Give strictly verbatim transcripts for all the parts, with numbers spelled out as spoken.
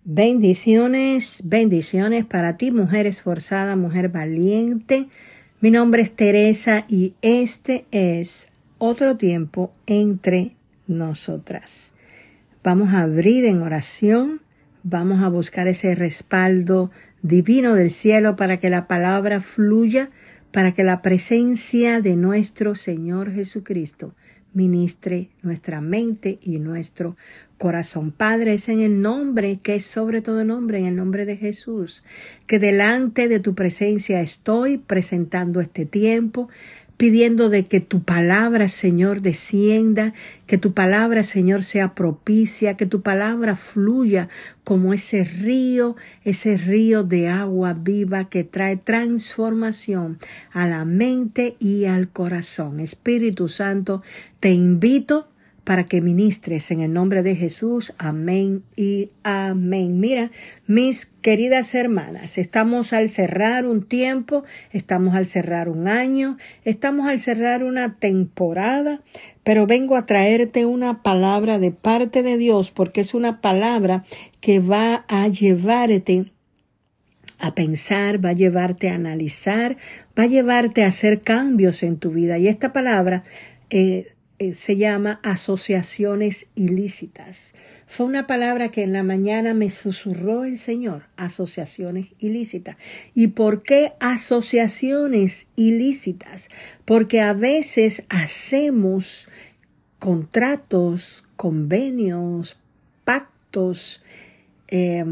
Bendiciones, bendiciones para ti, mujer esforzada, mujer valiente. Mi nombre es Teresa y este es otro tiempo entre nosotras. Vamos a abrir en oración, vamos a buscar ese respaldo divino del cielo para que la palabra fluya, para que la presencia de nuestro Señor Jesucristo ministre nuestra mente y nuestro corazón. Padre, es en el nombre que es sobre todo nombre, en el nombre de Jesús, que delante de tu presencia estoy presentando este tiempo, pidiendo de que tu palabra, Señor, descienda, que tu palabra, Señor, sea propicia, que tu palabra fluya como ese río, ese río de agua viva que trae transformación a la mente y al corazón. Espíritu Santo, te invito para que ministres en el nombre de Jesús. Amén y amén. Mira, mis queridas hermanas, estamos al cerrar un tiempo, estamos al cerrar un año, estamos al cerrar una temporada, pero vengo a traerte una palabra de parte de Dios porque es una palabra que va a llevarte a pensar, va a llevarte a analizar, va a llevarte a hacer cambios en tu vida. Y esta palabra eh, se llama asociaciones ilícitas. Fue una palabra que en la mañana me susurró el Señor, asociaciones ilícitas. ¿Y por qué asociaciones ilícitas? Porque a veces hacemos contratos, convenios, pactos, eh,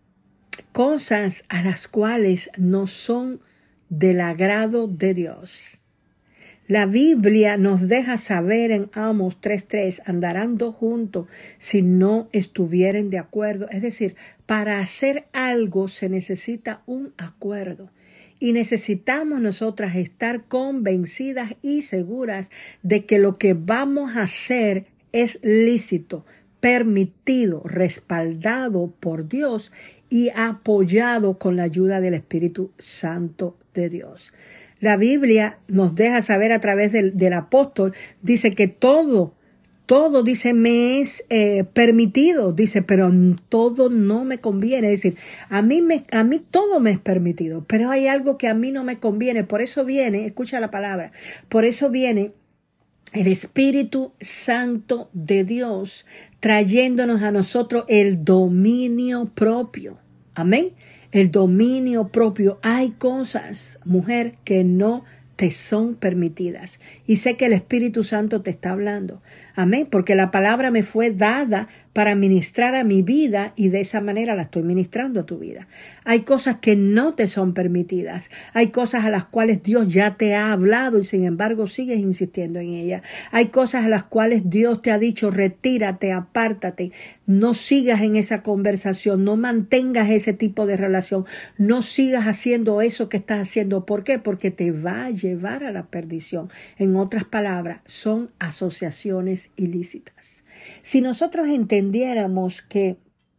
cosas a las cuales no son del agrado de Dios. La Biblia nos deja saber en Amos tres tres, andarán dos juntos si no estuvieren de acuerdo. Es decir, para hacer algo se necesita un acuerdo. Y necesitamos nosotras estar convencidas y seguras de que lo que vamos a hacer es lícito, permitido, respaldado por Dios y apoyado con la ayuda del Espíritu Santo de Dios. La Biblia nos deja saber a través del, del apóstol, dice que todo, todo, dice, me es eh, permitido, dice, pero todo no me conviene. Es decir, a mí, me, a mí todo me es permitido, pero hay algo que a mí no me conviene. Por eso viene, escucha la palabra, por eso viene el Espíritu Santo de Dios trayéndonos a nosotros el dominio propio. Amén. El dominio propio. Hay cosas, mujer, que no te son permitidas. Y sé que el Espíritu Santo te está hablando. Amén. Porque la palabra me fue dada para ministrar a mi vida y de esa manera la estoy ministrando a tu vida. Hay cosas que no te son permitidas. Hay cosas a las cuales Dios ya te ha hablado y sin embargo sigues insistiendo en ellas. Hay cosas a las cuales Dios te ha dicho retírate, apártate. No sigas en esa conversación. No mantengas ese tipo de relación. No sigas haciendo eso que estás haciendo. ¿Por qué? Porque te va a llevar a la perdición. En otras palabras, son asociaciones ilícitas. Si nosotros entendiéramos que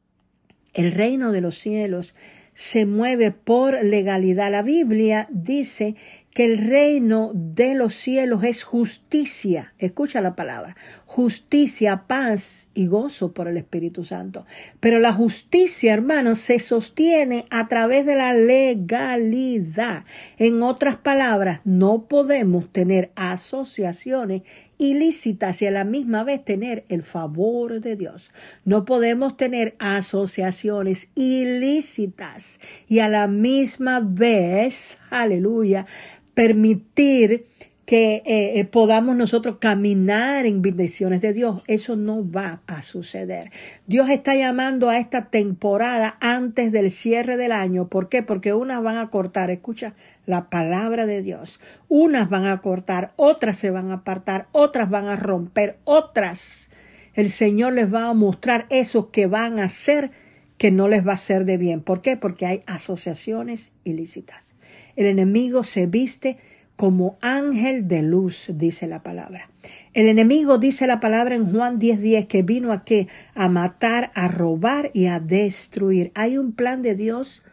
el reino de los cielos se mueve por legalidad, la Biblia dice que el reino de los cielos es justicia. Escucha la palabra. Justicia, paz y gozo por el Espíritu Santo. Pero la justicia, hermanos, se sostiene a través de la legalidad. En otras palabras, no podemos tener asociaciones ilícitas y a la misma vez tener el favor de Dios. No podemos tener asociaciones ilícitas y a la misma vez, aleluya, permitir que eh, podamos nosotros caminar en bendiciones de Dios. Eso no va a suceder. Dios está llamando a esta temporada antes del cierre del año. ¿Por qué? Porque unas van a cortar, escucha la palabra de Dios. Unas van a cortar, otras se van a apartar, otras van a romper, otras el Señor les va a mostrar eso que van a hacer que no les va a hacer de bien. ¿Por qué? Porque hay asociaciones ilícitas. El enemigo se viste como ángel de luz, dice la palabra. El enemigo, dice la palabra en Juan diez diez, que vino a qué? A matar, a robar y a destruir. Hay un plan de Dios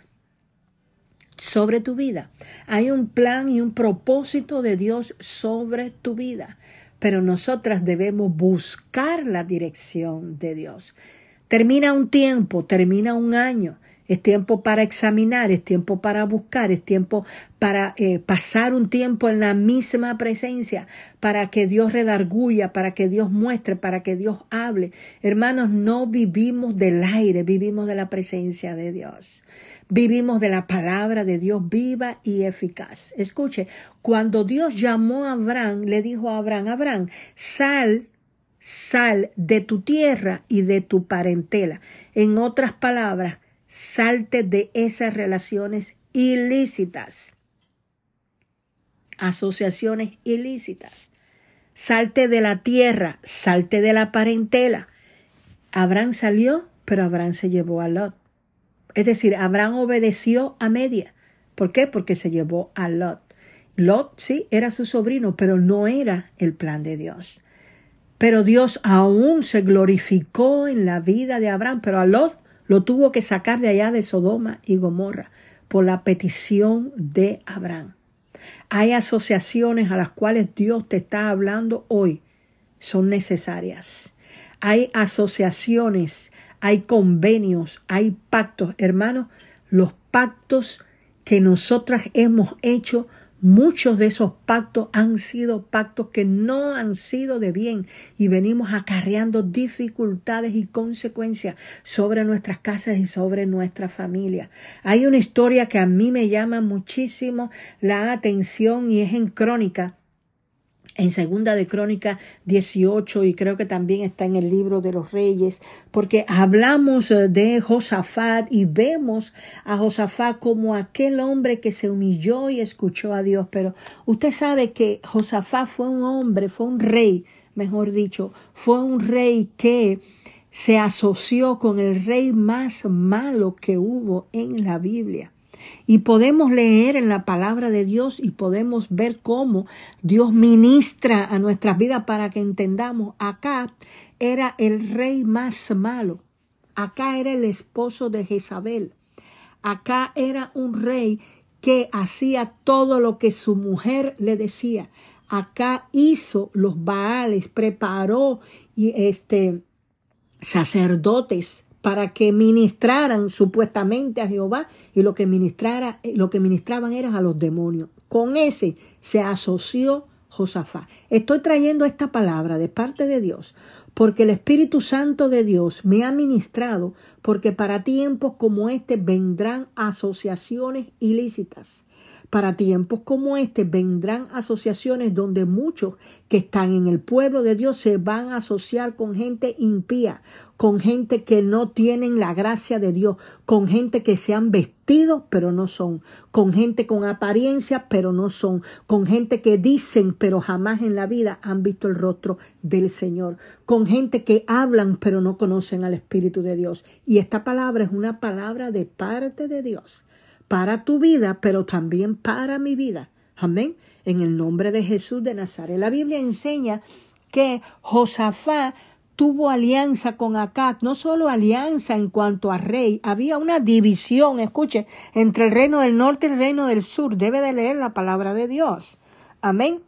sobre tu vida. Hay un plan y un propósito de Dios sobre tu vida. Pero nosotras debemos buscar la dirección de Dios. Termina un tiempo, termina un año. Es tiempo para examinar, es tiempo para buscar, es tiempo para eh, pasar un tiempo en la misma presencia, para que Dios redarguya, para que Dios muestre, para que Dios hable. Hermanos, no vivimos del aire, vivimos de la presencia de Dios. Vivimos de la palabra de Dios viva y eficaz. Escuche, cuando Dios llamó a Abraham, le dijo a Abraham, Abraham, sal, sal de tu tierra y de tu parentela. En otras palabras, salte de esas relaciones ilícitas, asociaciones ilícitas. Salte de la tierra, salte de la parentela. Abraham salió, pero Abraham se llevó a Lot. Es decir, Abraham obedeció a media. ¿Por qué? Porque se llevó a Lot. Lot, sí, era su sobrino, pero no era el plan de Dios. Pero Dios aún se glorificó en la vida de Abraham, pero a Lot lo tuvo que sacar de allá de Sodoma y Gomorra por la petición de Abraham. Hay asociaciones a las cuales Dios te está hablando hoy. Son necesarias. Hay asociaciones, hay convenios, hay pactos. Hermanos, los pactos que nosotras hemos hecho, muchos de esos pactos han sido pactos que no han sido de bien y venimos acarreando dificultades y consecuencias sobre nuestras casas y sobre nuestra familia. Hay una historia que a mí me llama muchísimo la atención y es en Crónica, en Segunda de Crónica dieciocho, y creo que también está en el libro de los Reyes, porque hablamos de Josafat y vemos a Josafat como aquel hombre que se humilló y escuchó a Dios. Pero usted sabe que Josafat fue un hombre, fue un rey, mejor dicho, fue un rey que se asoció con el rey más malo que hubo en la Biblia. Y podemos leer en la palabra de Dios y podemos ver cómo Dios ministra a nuestras vidas para que entendamos. Acá era el rey más malo. Acá era el esposo de Jezabel. Acá era un rey que hacía todo lo que su mujer le decía. Acá hizo los Baales, preparó y este sacerdotes para que ministraran supuestamente a Jehová, y lo que ministrara, lo que ministraban era a los demonios. Con ese se asoció Josafat. Estoy trayendo esta palabra de parte de Dios porque el Espíritu Santo de Dios me ha ministrado, porque para tiempos como este vendrán asociaciones ilícitas. Para tiempos como este vendrán asociaciones donde muchos que están en el pueblo de Dios se van a asociar con gente impía, con gente que no tienen la gracia de Dios, con gente que se han vestido pero no son, con gente con apariencia pero no son, con gente que dicen pero jamás en la vida han visto el rostro del Señor, con gente que hablan pero no conocen al Espíritu de Dios. Y esta palabra es una palabra de parte de Dios para tu vida, pero también para mi vida. Amén. En el nombre de Jesús de Nazaret. La Biblia enseña que Josafat tuvo alianza con Acab, no solo alianza en cuanto a rey, había una división, escuche, entre el reino del norte y el reino del sur. Debe de leer la palabra de Dios. Amén.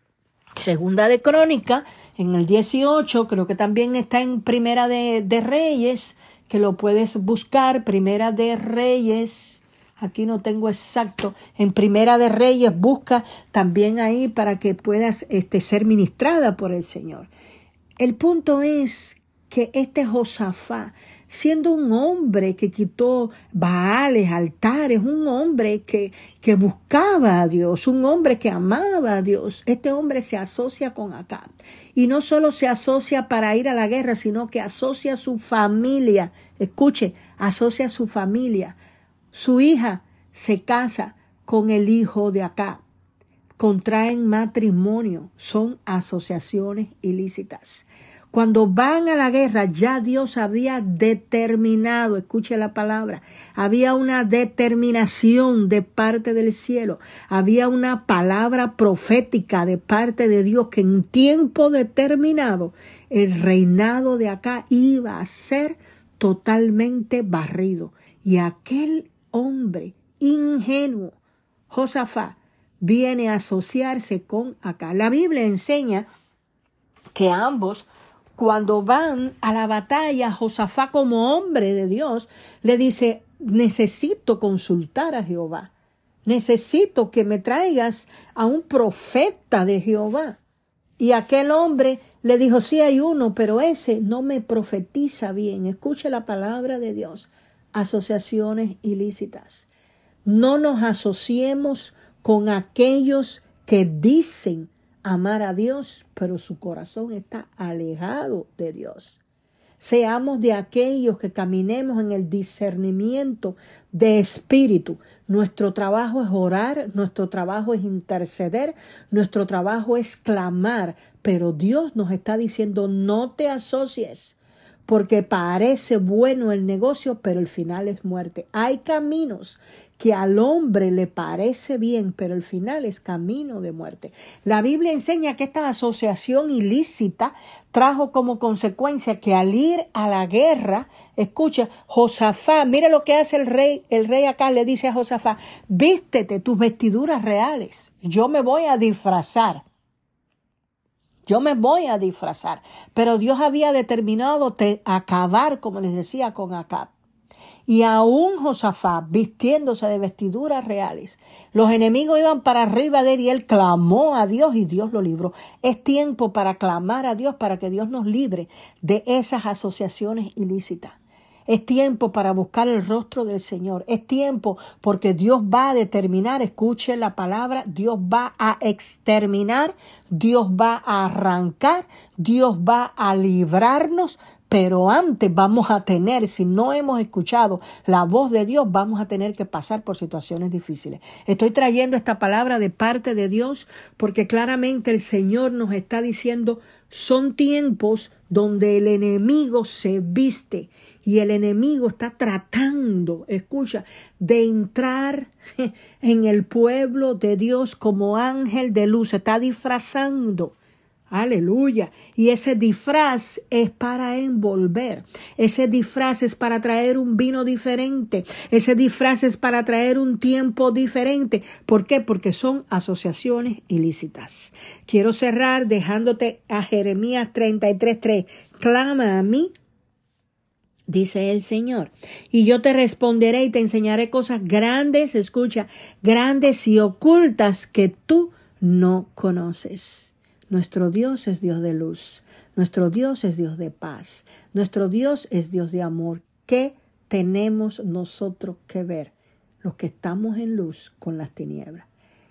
Segunda de Crónica, en el dieciocho, creo que también está en Primera de, de Reyes, que lo puedes buscar, Primera de Reyes. Aquí no tengo exacto. En Primera de Reyes busca también ahí para que puedas este, ser ministrada por el Señor. El punto es que este Josafat, siendo un hombre que quitó baales, altares, un hombre que, que buscaba a Dios, un hombre que amaba a Dios, este hombre se asocia con Acab. Y no solo se asocia para ir a la guerra, sino que asocia a su familia. Escuche, asocia a su familia. Su hija se casa con el hijo de Acab. Contraen matrimonio. Son asociaciones ilícitas. Cuando van a la guerra, ya Dios había determinado, escuche la palabra, había una determinación de parte del cielo. Había una palabra profética de parte de Dios que en tiempo determinado el reinado de Acab iba a ser totalmente barrido. Y aquel hombre ingenuo, Josafat, viene a asociarse con Acab. La Biblia enseña que ambos cuando van a la batalla, Josafat como hombre de Dios le dice, necesito consultar a Jehová. Necesito que me traigas a un profeta de Jehová. Y aquel hombre le dijo, sí hay uno, pero ese no me profetiza bien. Escuche la palabra de Dios. Asociaciones ilícitas. No nos asociemos con aquellos que dicen amar a Dios, pero su corazón está alejado de Dios. Seamos de aquellos que caminemos en el discernimiento de espíritu. Nuestro trabajo es orar, nuestro trabajo es interceder, nuestro trabajo es clamar, pero Dios nos está diciendo no te asocies, porque parece bueno el negocio, pero el final es muerte. Hay caminos que al hombre le parece bien, pero el final es camino de muerte. La Biblia enseña que esta asociación ilícita trajo como consecuencia que al ir a la guerra, escucha, Josafat, mira lo que hace el rey, el rey acá le dice a Josafat, vístete tus vestiduras reales, yo me voy a disfrazar. Yo me voy a disfrazar. Pero Dios había determinado te, acabar, como les decía, con Acab. Y aún Josafat, vistiéndose de vestiduras reales, los enemigos iban para arriba de él y él clamó a Dios y Dios lo libró. Es tiempo para clamar a Dios para que Dios nos libre de esas asociaciones ilícitas. Es tiempo para buscar el rostro del Señor. Es tiempo porque Dios va a determinar, escuche la palabra, Dios va a exterminar, Dios va a arrancar, Dios va a librarnos. Pero antes vamos a tener, si no hemos escuchado la voz de Dios, vamos a tener que pasar por situaciones difíciles. Estoy trayendo esta palabra de parte de Dios porque claramente el Señor nos está diciendo, son tiempos donde el enemigo se viste y el enemigo está tratando, escucha, de entrar en el pueblo de Dios como ángel de luz, se está disfrazando. Aleluya. Y ese disfraz es para envolver. Ese disfraz es para traer un vino diferente. Ese disfraz es para traer un tiempo diferente. ¿Por qué? Porque son asociaciones ilícitas. Quiero cerrar dejándote a Jeremías treinta y tres tres. Clama a mí, dice el Señor, y yo te responderé y te enseñaré cosas grandes, escucha, grandes y ocultas que tú no conoces. Nuestro Dios es Dios de luz. Nuestro Dios es Dios de paz. Nuestro Dios es Dios de amor. ¿Qué tenemos nosotros que ver? Los que estamos en luz con las tinieblas.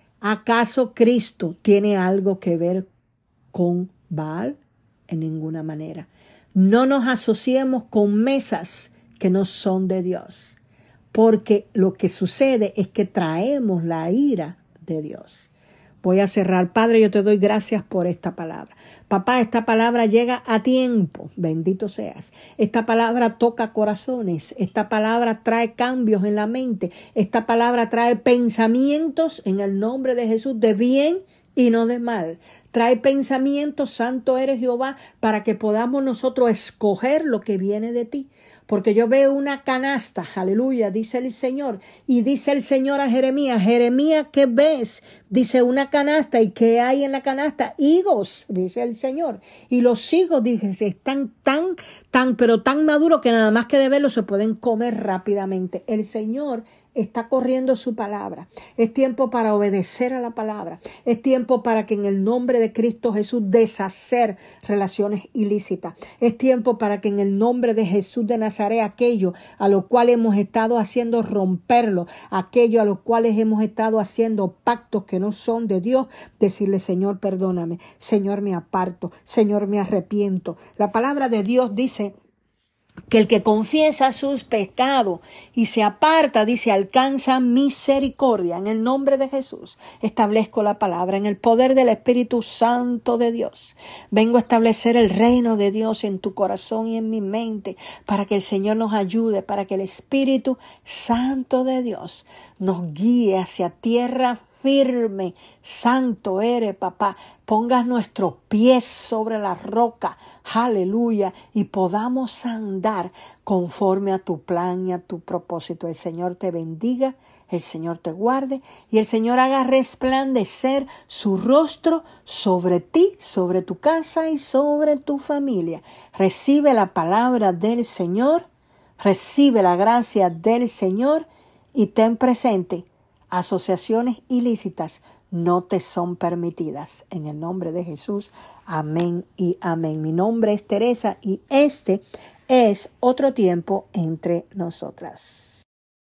¿Acaso Cristo tiene algo que ver con Baal? En ninguna manera. No nos asociemos con mesas que no son de Dios. Porque lo que sucede es que traemos la ira de Dios. Voy a cerrar. Padre, yo te doy gracias por esta palabra. Papá, esta palabra llega a tiempo. Bendito seas. Esta palabra toca corazones. Esta palabra trae cambios en la mente. Esta palabra trae pensamientos en el nombre de Jesús de bien y no de mal. Trae pensamientos, santo eres Jehová, para que podamos nosotros escoger lo que viene de ti. Porque yo veo una canasta, aleluya, dice el Señor. Y dice el Señor a Jeremías, Jeremías, ¿qué ves? Dice una canasta. ¿Y qué hay en la canasta? Higos, dice el Señor. Y los higos, dice, están tan, tan, pero tan maduros que nada más que de verlos se pueden comer rápidamente. El Señor está corriendo su palabra. Es tiempo para obedecer a la palabra. Es tiempo para que en el nombre de Cristo Jesús deshacer relaciones ilícitas. Es tiempo para que en el nombre de Jesús de Nazaret aquello a lo cual hemos estado haciendo romperlo, aquello a lo cual hemos estado haciendo pactos que no son de Dios, decirle, Señor, perdóname, Señor, me aparto, Señor, me arrepiento. La palabra de Dios dice que el que confiesa sus pecados y se aparta, dice, alcanza misericordia. En el nombre de Jesús establezco la palabra, en el poder del Espíritu Santo de Dios. Vengo a establecer el reino de Dios en tu corazón y en mi mente, para que el Señor nos ayude, para que el Espíritu Santo de Dios nos guíe hacia tierra firme. Santo eres, papá. Pongas nuestros pies sobre la roca, aleluya, y podamos andar andar conforme a tu plan y a tu propósito. El Señor te bendiga, el Señor te guarde y el Señor haga resplandecer su rostro sobre ti, sobre tu casa y sobre tu familia. Recibe la palabra del Señor, recibe la gracia del Señor y ten presente, asociaciones ilícitas no te son permitidas. En el nombre de Jesús, amén y amén. Mi nombre es Teresa y este es Otro Tiempo Entre Nosotras.